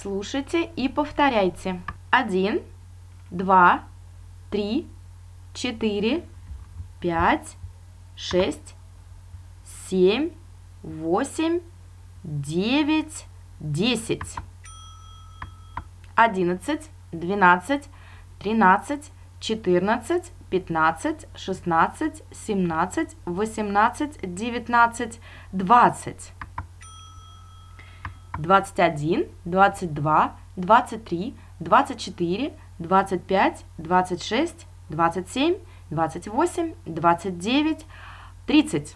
Слушайте и повторяйте. 1, 2, 3, 4, 5, 6, 7, 8, 9, 10. 11, 12, 13, 14, 15, 16, 17, 18, 19, 20. 21, 22, 23, 24, 25, 26, 27, 28, 29, 30.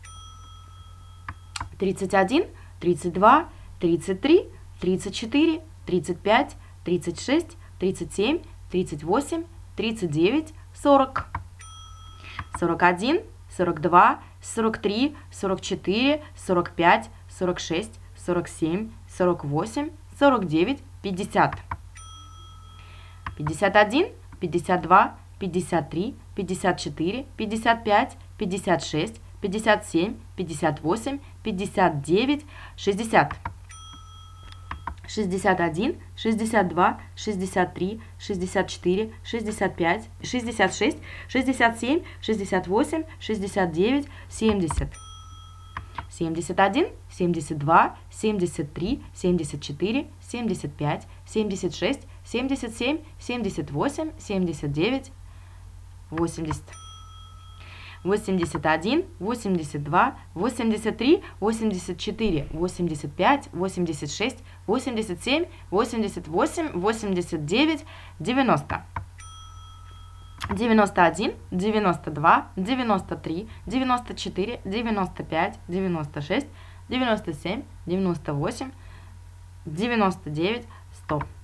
31, 32, 33, 34, 35, 36, 37, 38, 39, 40. 41, 42, 43, 44, 45, 46, 47, 48, 49, 50. 51, 52, 53, 54, 55, 56, 57, 58, 59, 60. 61, 62, 63, 64, 65, 66, 67, 68, 69, 70. 71, 72, 73, 74, 75, 76, 77, 78, 79, 80. 81, 82, 83, 84, 85, 86, 87, 88, 89, 90. 91, 92, 93, 94, 95, 96, 97, 98, 99, 100.